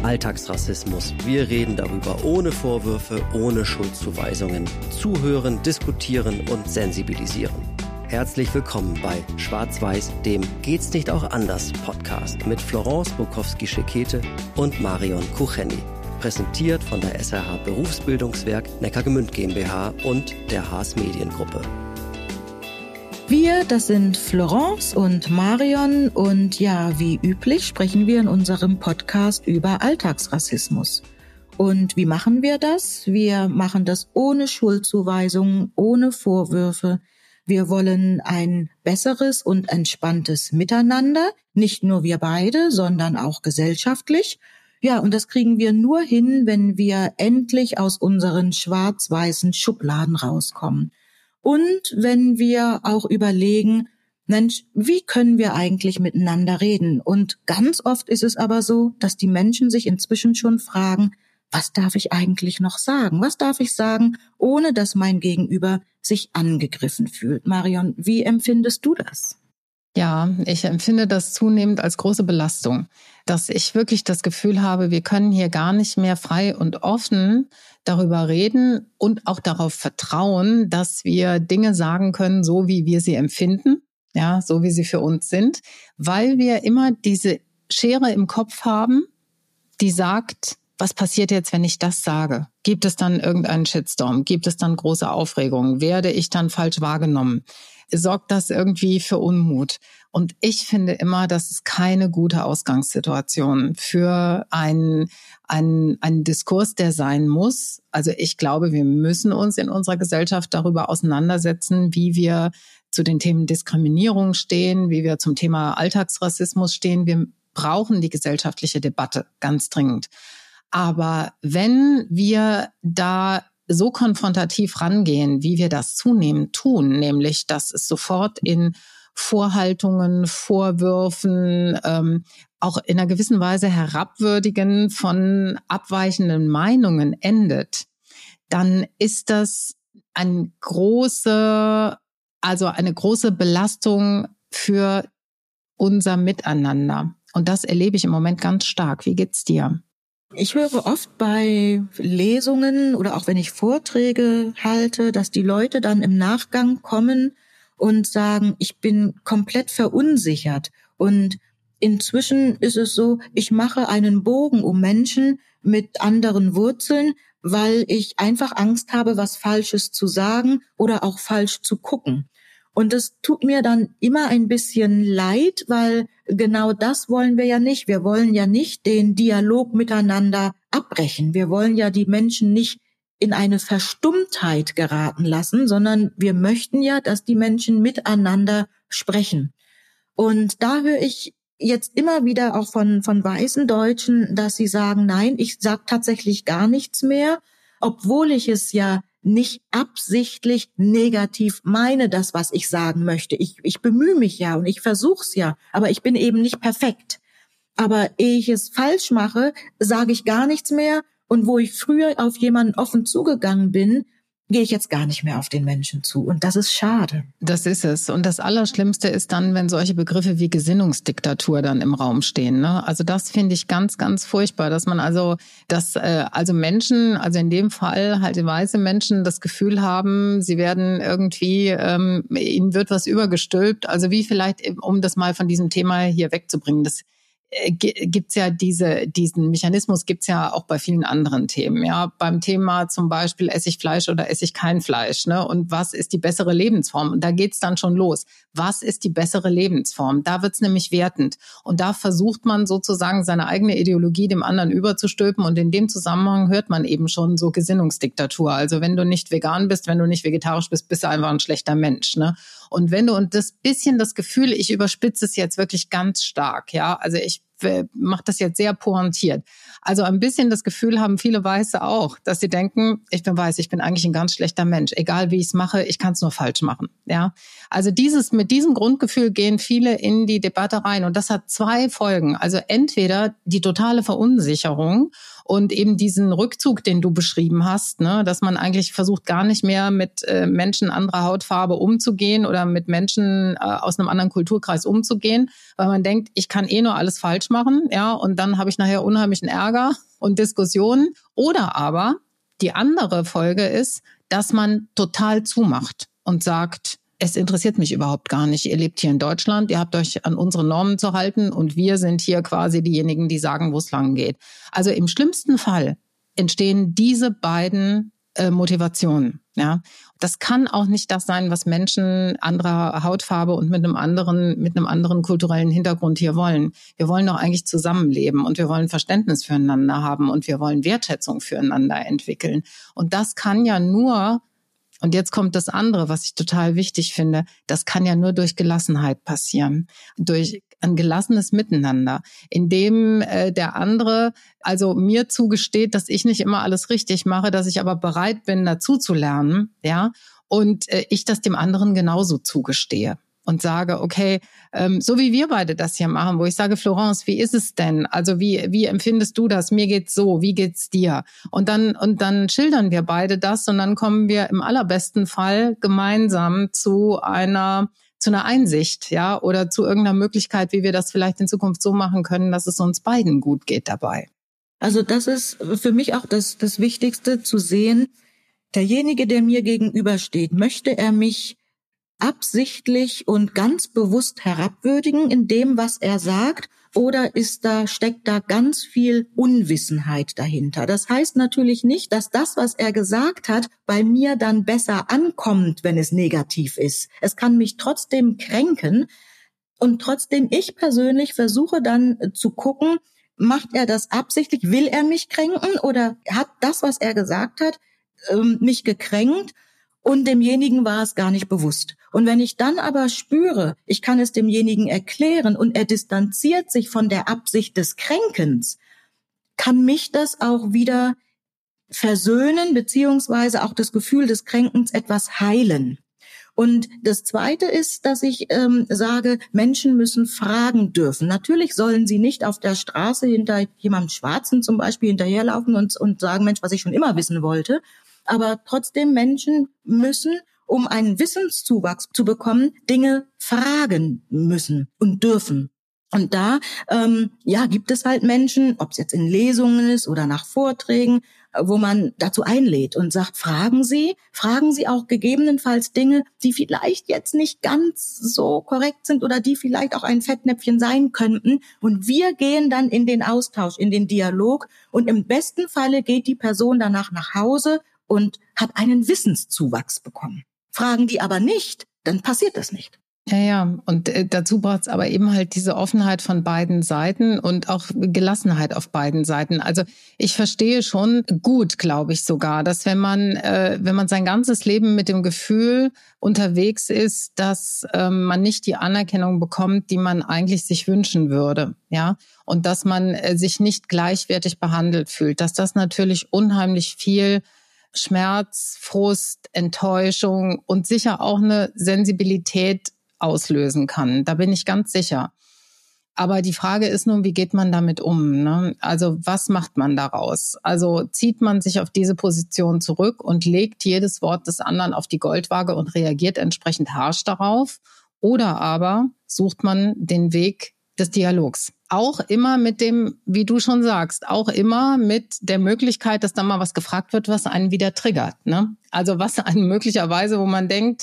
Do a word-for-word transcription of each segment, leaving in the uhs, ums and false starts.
Alltagsrassismus. Wir reden darüber ohne Vorwürfe, ohne Schuldzuweisungen. Zuhören, diskutieren und sensibilisieren. Herzlich willkommen bei Schwarz-Weiß, dem Geht's nicht auch anders Podcast mit Florence Bukowski-Schekete und Marion Kucheni. Präsentiert von der S R H Berufsbildungswerk Neckargemünd GmbH und der Haas Mediengruppe. Wir, das sind Florence und Marion und ja, wie üblich sprechen wir in unserem Podcast über Alltagsrassismus. Und wie machen wir das? Wir machen das ohne Schuldzuweisungen, ohne Vorwürfe. Wir wollen ein besseres und entspanntes Miteinander, nicht nur wir beide, sondern auch gesellschaftlich. Ja, und das kriegen wir nur hin, wenn wir endlich aus unseren schwarz-weißen Schubladen rauskommen. Und wenn wir auch überlegen, Mensch, wie können wir eigentlich miteinander reden? Und ganz oft ist es aber so, dass die Menschen sich inzwischen schon fragen, was darf ich eigentlich noch sagen? Was darf ich sagen, ohne dass mein Gegenüber sich angegriffen fühlt? Marion, wie empfindest du das? Ja, ich empfinde das zunehmend als große Belastung, dass ich wirklich das Gefühl habe, wir können hier gar nicht mehr frei und offen darüber reden und auch darauf vertrauen, dass wir Dinge sagen können, so wie wir sie empfinden, ja, so wie sie für uns sind, weil wir immer diese Schere im Kopf haben, die sagt, was passiert jetzt, wenn ich das sage? Gibt es dann irgendeinen Shitstorm? Gibt es dann große Aufregung? Werde ich dann falsch wahrgenommen? Sorgt das irgendwie für Unmut? Und ich finde immer, das ist keine gute Ausgangssituation für einen, einen, einen Diskurs, der sein muss. Also ich glaube, wir müssen uns in unserer Gesellschaft darüber auseinandersetzen, wie wir zu den Themen Diskriminierung stehen, wie wir zum Thema Alltagsrassismus stehen. Wir brauchen die gesellschaftliche Debatte ganz dringend. Aber wenn wir da so konfrontativ rangehen, wie wir das zunehmend tun, nämlich dass es sofort in Vorhaltungen, Vorwürfen, ähm, auch in einer gewissen Weise Herabwürdigen von abweichenden Meinungen endet, dann ist das eine große, also eine große Belastung für unser Miteinander. Und das erlebe ich im Moment ganz stark. Wie geht's dir? Ich höre oft bei Lesungen oder auch wenn ich Vorträge halte, dass die Leute dann im Nachgang kommen und sagen, ich bin komplett verunsichert. Und inzwischen ist es so, ich mache einen Bogen um Menschen mit anderen Wurzeln, weil ich einfach Angst habe, was Falsches zu sagen oder auch falsch zu gucken. Und das tut mir dann immer ein bisschen leid, weil genau das wollen wir ja nicht. Wir wollen ja nicht den Dialog miteinander abbrechen. Wir wollen ja die Menschen nicht in eine Verstummtheit geraten lassen, sondern wir möchten ja, dass die Menschen miteinander sprechen. Und da höre ich jetzt immer wieder auch von, von weißen Deutschen, dass sie sagen, nein, ich sage tatsächlich gar nichts mehr, obwohl ich es ja nicht absichtlich negativ meine, das, was ich sagen möchte. Ich, ich bemühe mich ja und ich versuch's ja, aber ich bin eben nicht perfekt. Aber ehe ich es falsch mache, sage ich gar nichts mehr. Und wo ich früher auf jemanden offen zugegangen bin, gehe ich jetzt gar nicht mehr auf den Menschen zu. Und das ist schade. Das ist es. Und das Allerschlimmste ist dann, wenn solche Begriffe wie Gesinnungsdiktatur dann im Raum stehen. Ne? Also das finde ich ganz, ganz furchtbar, dass man also, dass äh, also Menschen, also in dem Fall halt weiße Menschen, das Gefühl haben, sie werden irgendwie, ähm, ihnen wird was übergestülpt. Also wie vielleicht, um das mal von diesem Thema hier wegzubringen, das gibt's ja diese, diesen Mechanismus gibt's ja auch bei vielen anderen Themen, ja. Beim Thema zum Beispiel, esse ich Fleisch oder esse ich kein Fleisch, ne? Und was ist die bessere Lebensform? Und da geht's dann schon los. Was ist die bessere Lebensform? Da wird's nämlich wertend. Und da versucht man sozusagen seine eigene Ideologie dem anderen überzustülpen. Und in dem Zusammenhang hört man eben schon so Gesinnungsdiktatur. Also wenn du nicht vegan bist, wenn du nicht vegetarisch bist, bist du einfach ein schlechter Mensch, ne? Und wenn du, und das bisschen das Gefühl, ich überspitze es jetzt wirklich ganz stark, ja, also ich mache das jetzt sehr pointiert. Also ein bisschen das Gefühl haben viele Weiße auch, dass sie denken, ich bin weiß, ich bin eigentlich ein ganz schlechter Mensch. Egal wie ich es mache, ich kann es nur falsch machen. Ja, also dieses mit diesem Grundgefühl gehen viele in die Debatte rein und das hat zwei Folgen. Also entweder die totale Verunsicherung und eben diesen Rückzug, den du beschrieben hast, ne, dass man eigentlich versucht, gar nicht mehr mit äh, Menschen anderer Hautfarbe umzugehen oder mit Menschen äh, aus einem anderen Kulturkreis umzugehen, weil man denkt, ich kann eh nur alles falsch falsch machen, ja, und dann habe ich nachher unheimlichen Ärger und Diskussionen. Oder aber die andere Folge ist, dass man total zumacht und sagt, es interessiert mich überhaupt gar nicht. Ihr lebt hier in Deutschland, ihr habt euch an unsere Normen zu halten und wir sind hier quasi diejenigen, die sagen, wo es lang geht. Also im schlimmsten Fall entstehen diese beiden äh, Motivationen. Ja, das kann auch nicht das sein, was Menschen anderer Hautfarbe und mit einem anderen, mit einem anderen kulturellen Hintergrund hier wollen. Wir wollen doch eigentlich zusammenleben und wir wollen Verständnis füreinander haben und wir wollen Wertschätzung füreinander entwickeln. Und das kann ja nur, und jetzt kommt das andere, was ich total wichtig finde, das kann ja nur durch Gelassenheit passieren, durch ein gelassenes Miteinander, in dem äh, der andere also mir zugesteht, dass ich nicht immer alles richtig mache, dass ich aber bereit bin, dazu zu lernen, ja, und äh, ich das dem anderen genauso zugestehe. Und sage, okay, ähm, so wie wir beide das hier machen, wo ich sage, Florence, wie ist es denn? Also wie wie empfindest du das? Mir geht's so, wie geht's dir? Und dann und dann schildern wir beide das und dann kommen wir im allerbesten Fall gemeinsam zu einer zu einer Einsicht, ja, oder zu irgendeiner Möglichkeit, wie wir das vielleicht in Zukunft so machen können, dass es uns beiden gut geht dabei. Also das ist für mich auch das das Wichtigste zu sehen. Derjenige, der mir gegenübersteht, möchte er mich absichtlich und ganz bewusst herabwürdigen in dem, was er sagt, oder ist da, steckt da ganz viel Unwissenheit dahinter? Das heißt natürlich nicht, dass das, was er gesagt hat, bei mir dann besser ankommt, wenn es negativ ist. Es kann mich trotzdem kränken und trotzdem ich persönlich versuche dann zu gucken, macht er das absichtlich, will er mich kränken oder hat das, was er gesagt hat, mich gekränkt? Und demjenigen war es gar nicht bewusst. Und wenn ich dann aber spüre, ich kann es demjenigen erklären und er distanziert sich von der Absicht des Kränkens, kann mich das auch wieder versöhnen, beziehungsweise auch das Gefühl des Kränkens etwas heilen. Und das Zweite ist, dass ich ähm, sage, Menschen müssen fragen dürfen. Natürlich sollen sie nicht auf der Straße hinter jemandem Schwarzen zum Beispiel hinterherlaufen und, und sagen, Mensch, was ich schon immer wissen wollte. Aber trotzdem, Menschen müssen, um einen Wissenszuwachs zu bekommen, Dinge fragen müssen und dürfen. Und da ähm, ja gibt es halt Menschen, ob es jetzt in Lesungen ist oder nach Vorträgen, wo man dazu einlädt und sagt, fragen Sie, fragen Sie auch gegebenenfalls Dinge, die vielleicht jetzt nicht ganz so korrekt sind oder die vielleicht auch ein Fettnäpfchen sein könnten. Und wir gehen dann in den Austausch, in den Dialog und im besten Falle geht die Person danach nach Hause und hat einen Wissenszuwachs bekommen. Fragen die aber nicht, dann passiert das nicht. Ja, ja. Und äh, dazu braucht es aber eben halt diese Offenheit von beiden Seiten und auch Gelassenheit auf beiden Seiten. Also ich verstehe schon gut, glaube ich sogar, dass wenn man äh, wenn man sein ganzes Leben mit dem Gefühl unterwegs ist, dass ähm, man nicht die Anerkennung bekommt, die man eigentlich sich wünschen würde, ja, und dass man äh, sich nicht gleichwertig behandelt fühlt, dass das natürlich unheimlich viel Schmerz, Frust, Enttäuschung und sicher auch eine Sensibilität auslösen kann. Da bin ich ganz sicher. Aber die Frage ist nun, wie geht man damit um, ne? Also was macht man daraus? Also zieht man sich auf diese Position zurück und legt jedes Wort des anderen auf die Goldwaage und reagiert entsprechend harsch darauf? Oder aber sucht man den Weg des Dialogs? Auch immer mit dem, wie du schon sagst, auch immer mit der Möglichkeit, dass da mal was gefragt wird, was einen wieder triggert, ne? Also was einen möglicherweise, wo man denkt,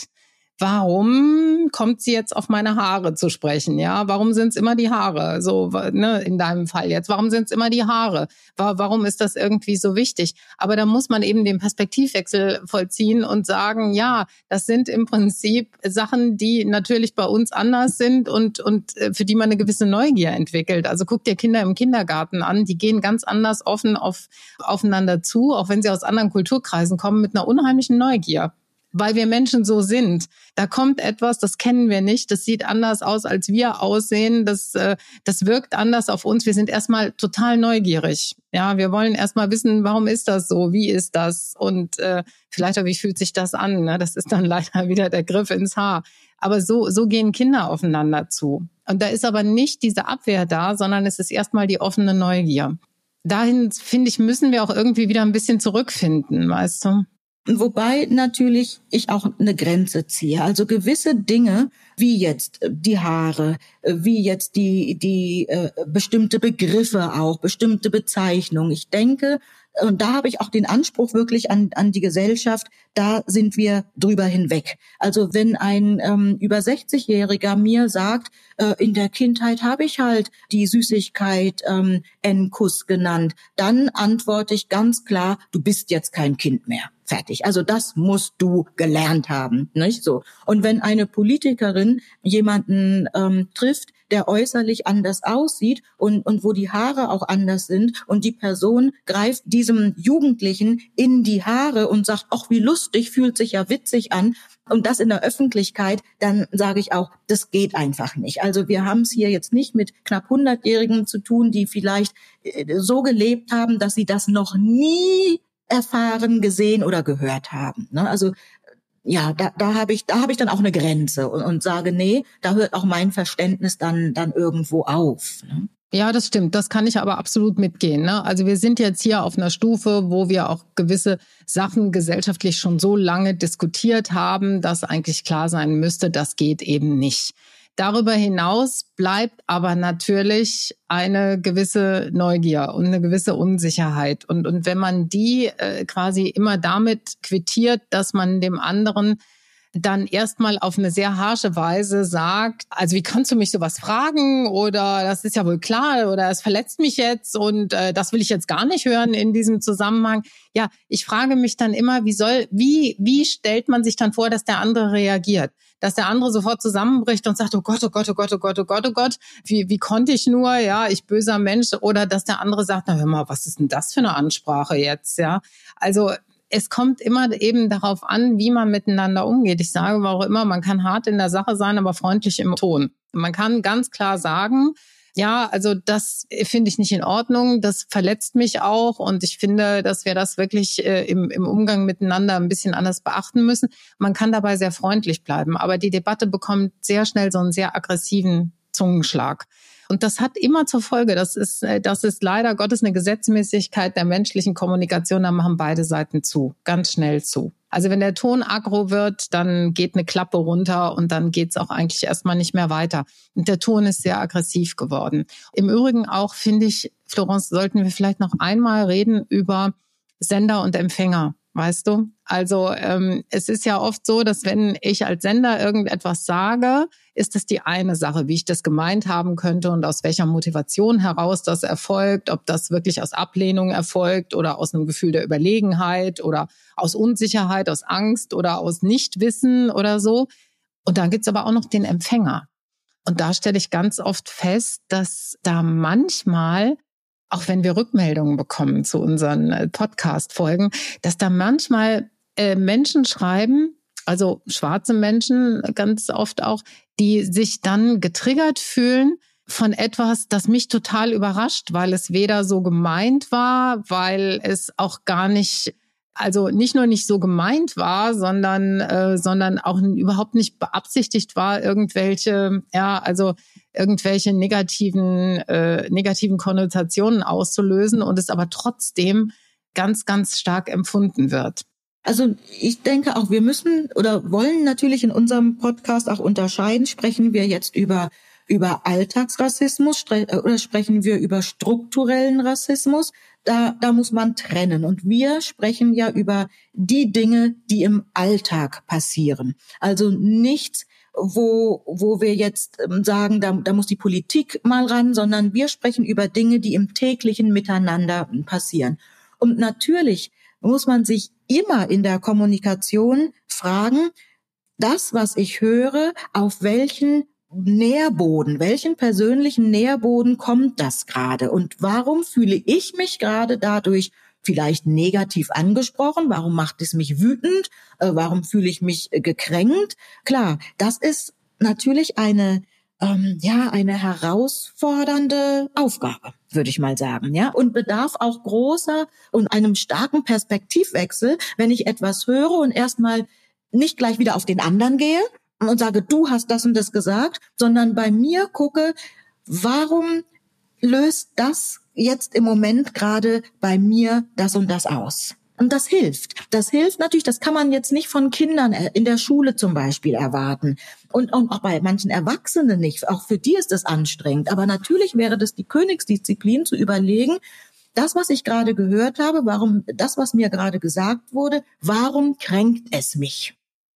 warum kommt sie jetzt auf meine Haare zu sprechen? Ja, warum sind es immer die Haare? So, ne, in deinem Fall jetzt. Warum sind es immer die Haare? Warum ist das irgendwie so wichtig? Aber da muss man eben den Perspektivwechsel vollziehen und sagen, ja, das sind im Prinzip Sachen, die natürlich bei uns anders sind und und für die man eine gewisse Neugier entwickelt. Also guck dir Kinder im Kindergarten an, die gehen ganz anders offen auf aufeinander zu, auch wenn sie aus anderen Kulturkreisen kommen, mit einer unheimlichen Neugier. Weil wir Menschen so sind. Da kommt etwas, das kennen wir nicht, das sieht anders aus, als wir aussehen, das, äh, das wirkt anders auf uns. Wir sind erstmal total neugierig. Ja, wir wollen erstmal wissen, warum ist das so, wie ist das und äh, vielleicht auch, wie fühlt sich das an, ne? Das ist dann leider wieder der Griff ins Haar. Aber so, so gehen Kinder aufeinander zu. Und da ist aber nicht diese Abwehr da, sondern es ist erstmal die offene Neugier. Dahin, finde ich, müssen wir auch irgendwie wieder ein bisschen zurückfinden, weißt du? Wobei natürlich ich auch eine Grenze ziehe. Also gewisse Dinge, wie jetzt die Haare, wie jetzt die die äh, bestimmte Begriffe auch, bestimmte Bezeichnungen. Ich denke, und da habe ich auch den Anspruch wirklich an an die Gesellschaft, da sind wir drüber hinweg. Also wenn ein ähm, über sechzigjähriger mir sagt, äh, in der Kindheit habe ich halt die Süßigkeit ähm, N-Kuss genannt, dann antworte ich ganz klar, du bist jetzt kein Kind mehr. Fertig. Also das musst du gelernt haben, nicht so. Und wenn eine Politikerin jemanden ähm, trifft, der äußerlich anders aussieht und und wo die Haare auch anders sind und die Person greift diesem Jugendlichen in die Haare und sagt, ach wie lustig, fühlt sich ja witzig an, und das in der Öffentlichkeit, dann sage ich auch, das geht einfach nicht. Also wir haben es hier jetzt nicht mit knapp hundertjährigen zu tun, die vielleicht so gelebt haben, dass sie das noch nie erfahren, gesehen oder gehört haben. Ne? Also ja, da, da habe ich, da habe ich dann auch eine Grenze und, und sage, nee, da hört auch mein Verständnis dann dann irgendwo auf. Ne? Ja, das stimmt. Das kann ich aber absolut mitgehen. Ne? Also wir sind jetzt hier auf einer Stufe, wo wir auch gewisse Sachen gesellschaftlich schon so lange diskutiert haben, dass eigentlich klar sein müsste, das geht eben nicht. Darüber hinaus bleibt aber natürlich eine gewisse Neugier und eine gewisse Unsicherheit. Und, und wenn man die äh, quasi immer damit quittiert, dass man dem anderen dann erstmal auf eine sehr harsche Weise sagt, also wie kannst du mich sowas fragen, oder das ist ja wohl klar, oder es verletzt mich jetzt und äh, das will ich jetzt gar nicht hören in diesem Zusammenhang. Ja, ich frage mich dann immer, wie soll, wie, wie stellt man sich dann vor, dass der andere reagiert? Dass der andere sofort zusammenbricht und sagt, oh Gott, oh Gott, oh Gott, oh Gott, oh Gott, oh Gott, wie, wie konnte ich nur, ja, ich böser Mensch, oder dass der andere sagt, na hör mal, was ist denn das für eine Ansprache jetzt, ja? Also, es kommt immer eben darauf an, wie man miteinander umgeht. Ich sage auch immer, man kann hart in der Sache sein, aber freundlich im Ton. Man kann ganz klar sagen, ja, also das finde ich nicht in Ordnung, das verletzt mich auch, und ich finde, dass wir das wirklich äh, im, im Umgang miteinander ein bisschen anders beachten müssen. Man kann dabei sehr freundlich bleiben, aber die Debatte bekommt sehr schnell so einen sehr aggressiven Zungenschlag. Und das hat immer zur Folge, das ist, das ist leider Gottes eine Gesetzmäßigkeit der menschlichen Kommunikation, da machen beide Seiten zu, ganz schnell zu. Also wenn der Ton aggro wird, dann geht eine Klappe runter und dann geht's auch eigentlich erstmal nicht mehr weiter. Und der Ton ist sehr aggressiv geworden. Im Übrigen auch, finde ich, Florence, sollten wir vielleicht noch einmal reden über Sender und Empfänger. Weißt du? Also ähm, es ist ja oft so, dass wenn ich als Sender irgendetwas sage, ist das die eine Sache, wie ich das gemeint haben könnte und aus welcher Motivation heraus das erfolgt, ob das wirklich aus Ablehnung erfolgt oder aus einem Gefühl der Überlegenheit oder aus Unsicherheit, aus Angst oder aus Nichtwissen oder so. Und dann gibt's aber auch noch den Empfänger. Und da stelle ich ganz oft fest, dass da manchmal, auch wenn wir Rückmeldungen bekommen zu unseren Podcast-Folgen, dass da manchmal äh, Menschen schreiben, also schwarze Menschen ganz oft auch, die sich dann getriggert fühlen von etwas, das mich total überrascht, weil es weder so gemeint war, weil es auch gar nicht, also nicht nur nicht so gemeint war, sondern äh, sondern auch überhaupt nicht beabsichtigt war, irgendwelche, ja, also irgendwelche negativen äh, negativen Konnotationen auszulösen, und es aber trotzdem ganz, ganz stark empfunden wird. Also ich denke auch, wir müssen oder wollen natürlich in unserem Podcast auch unterscheiden. Sprechen wir jetzt über über Alltagsrassismus oder sprechen wir über strukturellen Rassismus? Da, da muss man trennen. Und wir sprechen ja über die Dinge, die im Alltag passieren. Also nichts, wo wo wir jetzt sagen, da, da muss die Politik mal ran, sondern wir sprechen über Dinge, die im täglichen Miteinander passieren. Und natürlich muss man sich immer in der Kommunikation fragen, das, was ich höre, auf welchen Nährboden, welchen persönlichen Nährboden kommt das gerade? Und warum fühle ich mich gerade dadurch vielleicht negativ angesprochen? Warum macht es mich wütend? Warum fühle ich mich gekränkt? Klar, das ist natürlich eine ähm, ja eine herausfordernde Aufgabe, würde ich mal sagen, ja, und bedarf auch großer und einem starken Perspektivwechsel, wenn ich etwas höre und erstmal nicht gleich wieder auf den anderen gehe und sage, du hast das und das gesagt, sondern bei mir gucke, warum löst das jetzt im Moment gerade bei mir das und das aus? Und das hilft. Das hilft natürlich, das kann man jetzt nicht von Kindern in der Schule zum Beispiel erwarten. Und auch bei manchen Erwachsenen nicht. Auch für die ist das anstrengend. Aber natürlich wäre das die Königsdisziplin zu überlegen, das, was ich gerade gehört habe, warum, das, was mir gerade gesagt wurde, warum kränkt es mich?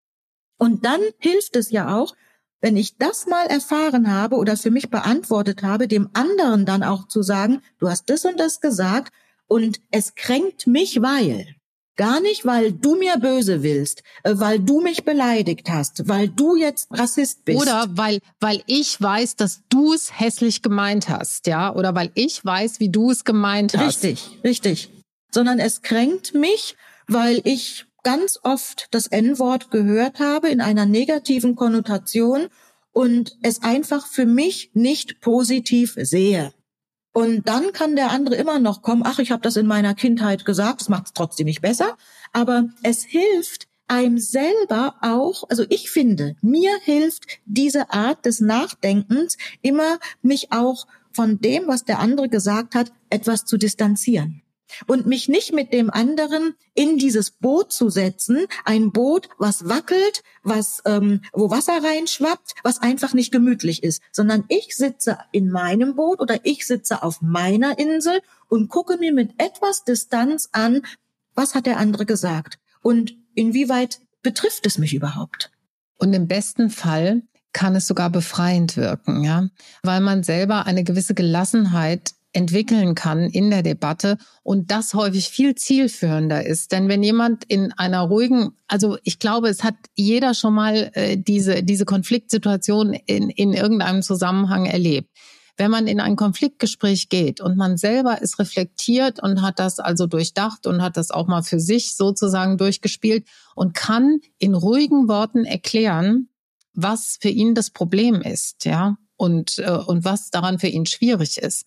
Und dann hilft es ja auch, wenn ich das mal erfahren habe oder für mich beantwortet habe, dem anderen dann auch zu sagen, du hast das und das gesagt und es kränkt mich, weil. Gar nicht, weil du mir böse willst, weil du mich beleidigt hast, weil du jetzt Rassist bist. Oder weil, weil ich weiß, dass du es hässlich gemeint hast, ja? Oder weil ich weiß, wie du es gemeint hast. Richtig, richtig. Sondern es kränkt mich, weil ich ganz oft das En-Wort gehört habe in einer negativen Konnotation und es einfach für mich nicht positiv sehe. Und dann kann der andere immer noch kommen, ach, ich habe das in meiner Kindheit gesagt, das macht es trotzdem nicht besser. Aber es hilft einem selber auch, also ich finde, mir hilft diese Art des Nachdenkens immer, mich auch von dem, was der andere gesagt hat, etwas zu distanzieren. Und mich nicht mit dem anderen in dieses Boot zu setzen, ein Boot, was wackelt, was ähm, wo Wasser reinschwappt, was einfach nicht gemütlich ist, sondern ich sitze in meinem Boot oder ich sitze auf meiner Insel und gucke mir mit etwas Distanz an, was hat der andere gesagt und inwieweit betrifft es mich überhaupt. Und im besten Fall kann es sogar befreiend wirken, ja, weil man selber eine gewisse Gelassenheit entwickeln kann in der Debatte und das häufig viel zielführender ist. Denn wenn jemand in einer ruhigen, also ich glaube, es hat jeder schon mal äh, diese diese Konfliktsituation in in irgendeinem Zusammenhang erlebt. Wenn man in ein Konfliktgespräch geht und man selber ist reflektiert und hat das also durchdacht und hat das auch mal für sich sozusagen durchgespielt und kann in ruhigen Worten erklären, was für ihn das Problem ist, ja, und äh, und was daran für ihn schwierig ist.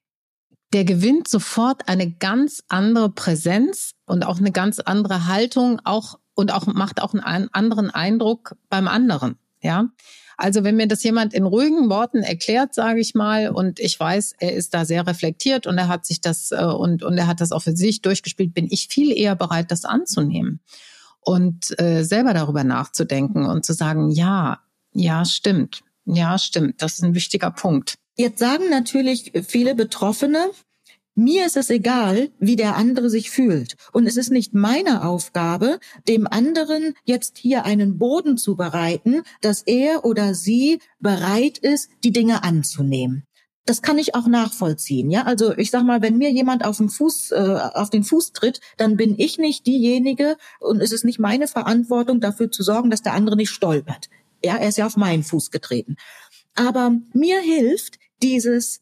Der gewinnt sofort eine ganz andere Präsenz und auch eine ganz andere Haltung, auch und auch macht auch einen anderen Eindruck beim anderen, ja. Also wenn mir das jemand in ruhigen Worten erklärt, sage ich mal, und ich weiß, er ist da sehr reflektiert und er hat sich das äh, und und er hat das auch für sich durchgespielt, bin ich viel eher bereit, das anzunehmen und äh, selber darüber nachzudenken und zu sagen, ja, ja, stimmt, ja, stimmt, das ist ein wichtiger Punkt. Jetzt sagen natürlich viele Betroffene, mir ist es egal, wie der andere sich fühlt. Und es ist nicht meine Aufgabe, dem anderen jetzt hier einen Boden zu bereiten, dass er oder sie bereit ist, die Dinge anzunehmen. Das kann ich auch nachvollziehen, ja. Also ich sag mal, wenn mir jemand auf den Fuß, äh, auf den Fuß tritt, dann bin ich nicht diejenige und es ist nicht meine Verantwortung, dafür zu sorgen, dass der andere nicht stolpert. Ja, er ist ja auf meinen Fuß getreten. Aber mir hilft dieses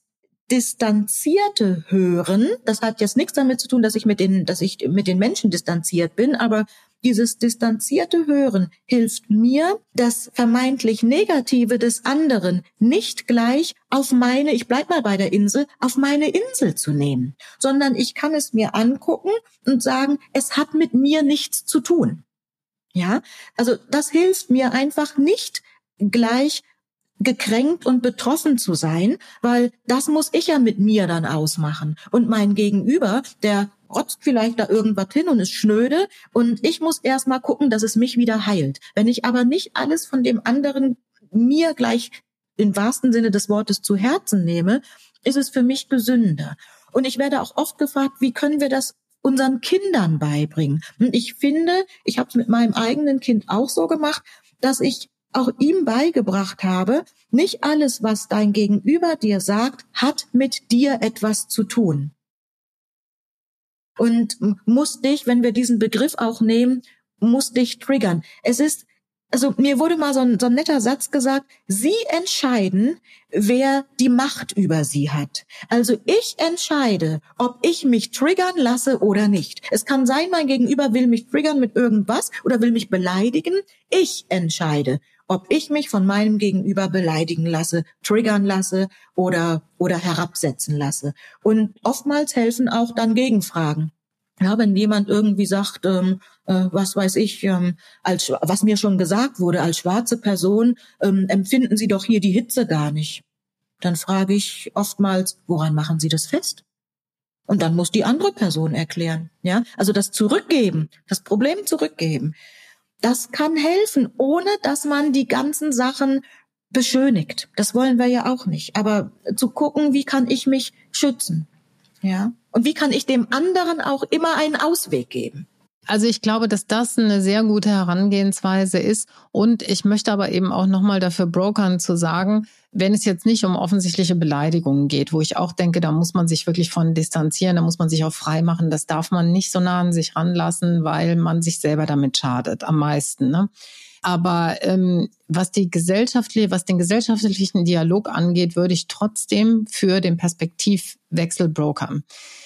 distanzierte Hören, das hat jetzt nichts damit zu tun, dass ich mit den, dass ich mit den Menschen distanziert bin, aber dieses distanzierte Hören hilft mir, das vermeintlich Negative des anderen nicht gleich auf meine, ich bleib mal bei der Insel, auf meine Insel zu nehmen, sondern ich kann es mir angucken und sagen, es hat mit mir nichts zu tun. Ja, also das hilft mir einfach nicht gleich gekränkt und betroffen zu sein, weil das muss ich ja mit mir dann ausmachen. Und mein Gegenüber, der rotzt vielleicht da irgendwas hin und ist schnöde und ich muss erst mal gucken, dass es mich wieder heilt. Wenn ich aber nicht alles von dem anderen mir gleich im wahrsten Sinne des Wortes zu Herzen nehme, ist es für mich gesünder. Und ich werde auch oft gefragt, wie können wir das unseren Kindern beibringen? Und ich finde, ich habe es mit meinem eigenen Kind auch so gemacht, dass ich auch ihm beigebracht habe, nicht alles, was dein Gegenüber dir sagt, hat mit dir etwas zu tun. Und muss dich, wenn wir diesen Begriff auch nehmen, muss dich triggern. Es ist, also mir wurde mal so ein, so ein netter Satz gesagt, Sie entscheiden, wer die Macht über Sie hat. Also ich entscheide, ob ich mich triggern lasse oder nicht. Es kann sein, mein Gegenüber will mich triggern mit irgendwas oder will mich beleidigen. Ich entscheide, ob ich mich von meinem Gegenüber beleidigen lasse, triggern lasse oder oder herabsetzen lasse. Und oftmals helfen auch dann Gegenfragen. Ja, wenn jemand irgendwie sagt, ähm, äh, was weiß ich, ähm, als was mir schon gesagt wurde, als schwarze Person ähm, empfinden Sie doch hier die Hitze gar nicht. Dann frage ich oftmals, woran machen Sie das fest? Und dann muss die andere Person erklären. Ja, also das Zurückgeben, das Problem zurückgeben, das kann helfen, ohne dass man die ganzen Sachen beschönigt. Das wollen wir ja auch nicht. Aber zu gucken, wie kann ich mich schützen? Ja, und wie kann ich dem anderen auch immer einen Ausweg geben? Also ich glaube, dass das eine sehr gute Herangehensweise ist. Und ich möchte aber eben auch nochmal dafür brokern zu sagen, wenn es jetzt nicht um offensichtliche Beleidigungen geht, wo ich auch denke, da muss man sich wirklich von distanzieren, da muss man sich auch frei machen. Das darf man nicht so nah an sich ranlassen, weil man sich selber damit schadet am meisten, ne? Aber ähm, was die gesellschaftliche, was den gesellschaftlichen Dialog angeht, würde ich trotzdem für den Perspektivwechsel brokern.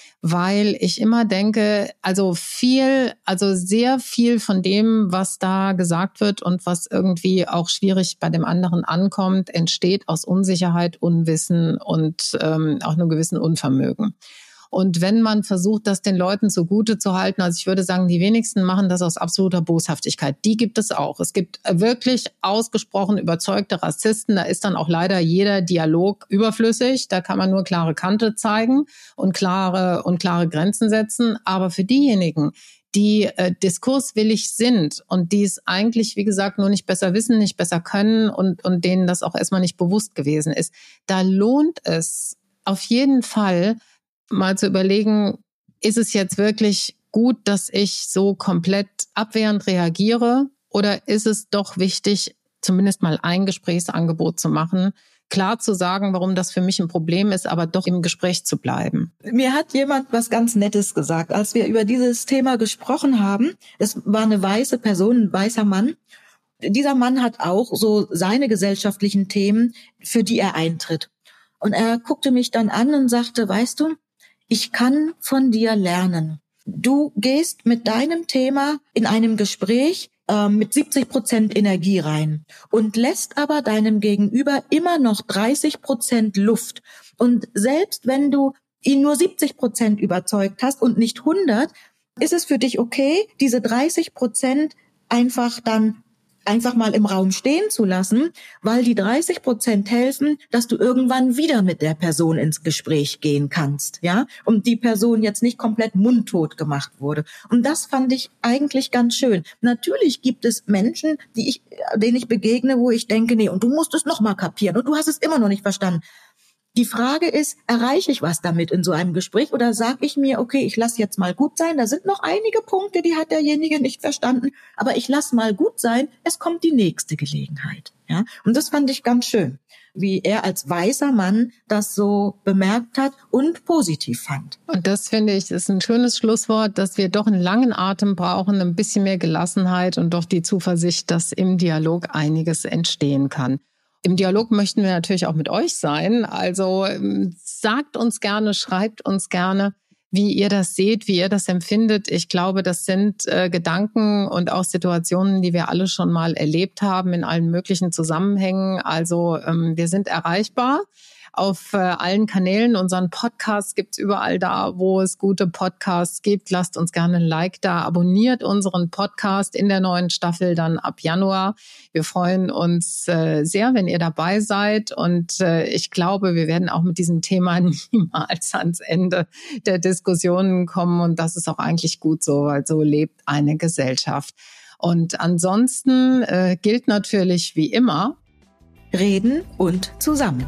Weil ich immer denke, also viel, also sehr viel von dem, was da gesagt wird und was irgendwie auch schwierig bei dem anderen ankommt, entsteht aus Unsicherheit, Unwissen und ähm, auch einem gewissen Unvermögen. Und wenn man versucht, das den Leuten zugute zu halten, also ich würde sagen, die wenigsten machen das aus absoluter Boshaftigkeit. Die gibt es auch. Es gibt wirklich ausgesprochen überzeugte Rassisten. Da ist dann auch leider jeder Dialog überflüssig. Da kann man nur klare Kante zeigen und klare und klare Grenzen setzen. Aber für diejenigen, die äh, diskurswillig sind und die es eigentlich, wie gesagt, nur nicht besser wissen, nicht besser können und, und denen das auch erstmal nicht bewusst gewesen ist, da lohnt es auf jeden Fall, mal zu überlegen, ist es jetzt wirklich gut, dass ich so komplett abwehrend reagiere oder ist es doch wichtig, zumindest mal ein Gesprächsangebot zu machen, klar zu sagen, warum das für mich ein Problem ist, aber doch im Gespräch zu bleiben. Mir hat jemand was ganz Nettes gesagt, als wir über dieses Thema gesprochen haben. Es war eine weiße Person, ein weißer Mann. Dieser Mann hat auch so seine gesellschaftlichen Themen, für die er eintritt. Und er guckte mich dann an und sagte, weißt du, ich kann von dir lernen. Du gehst mit deinem Thema in einem Gespräch äh, mit siebzig Prozent Energie rein und lässt aber deinem Gegenüber immer noch dreißig Prozent Luft. Und selbst wenn du ihn nur siebzig Prozent überzeugt hast und nicht hundert, ist es für dich okay, diese dreißig Prozent einfach dann einfach mal im Raum stehen zu lassen, weil die dreißig Prozent helfen, dass du irgendwann wieder mit der Person ins Gespräch gehen kannst, ja, und die Person jetzt nicht komplett mundtot gemacht wurde. Und das fand ich eigentlich ganz schön. Natürlich gibt es Menschen, die ich, denen ich begegne, wo ich denke, nee, und du musst es noch mal kapieren und du hast es immer noch nicht verstanden. Die Frage ist, erreiche ich was damit in so einem Gespräch oder sage ich mir, okay, ich lasse jetzt mal gut sein, da sind noch einige Punkte, die hat derjenige nicht verstanden, aber ich lasse mal gut sein, es kommt die nächste Gelegenheit. Ja? Und das fand ich ganz schön, wie er als weißer Mann das so bemerkt hat und positiv fand. Und das, finde ich, ist ein schönes Schlusswort, dass wir doch einen langen Atem brauchen, ein bisschen mehr Gelassenheit und doch die Zuversicht, dass im Dialog einiges entstehen kann. Im Dialog möchten wir natürlich auch mit euch sein. Also sagt uns gerne, schreibt uns gerne, wie ihr das seht, wie ihr das empfindet. Ich glaube, das sind äh, Gedanken und auch Situationen, die wir alle schon mal erlebt haben in allen möglichen Zusammenhängen. Also ähm, wir sind erreichbar auf äh, allen Kanälen. Unseren Podcast gibt's überall da, wo es gute Podcasts gibt. Lasst uns gerne ein Like da. Abonniert unseren Podcast in der neuen Staffel dann ab Januar. Wir freuen uns äh, sehr, wenn ihr dabei seid. Und äh, ich glaube, wir werden auch mit diesem Thema niemals ans Ende der Diskussionen kommen. Und das ist auch eigentlich gut so, weil so lebt eine Gesellschaft. Und ansonsten äh, gilt natürlich wie immer: Reden und zusammen.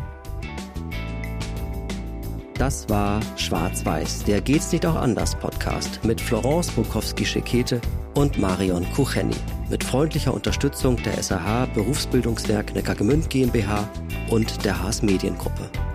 Das war Schwarz-Weiß, der Geht's nicht auch anders Podcast mit Florence Bukowski-Schekete und Marion Kucheni. Mit freundlicher Unterstützung der S A H Berufsbildungswerk Neckargemünd GmbH und der Haas Mediengruppe.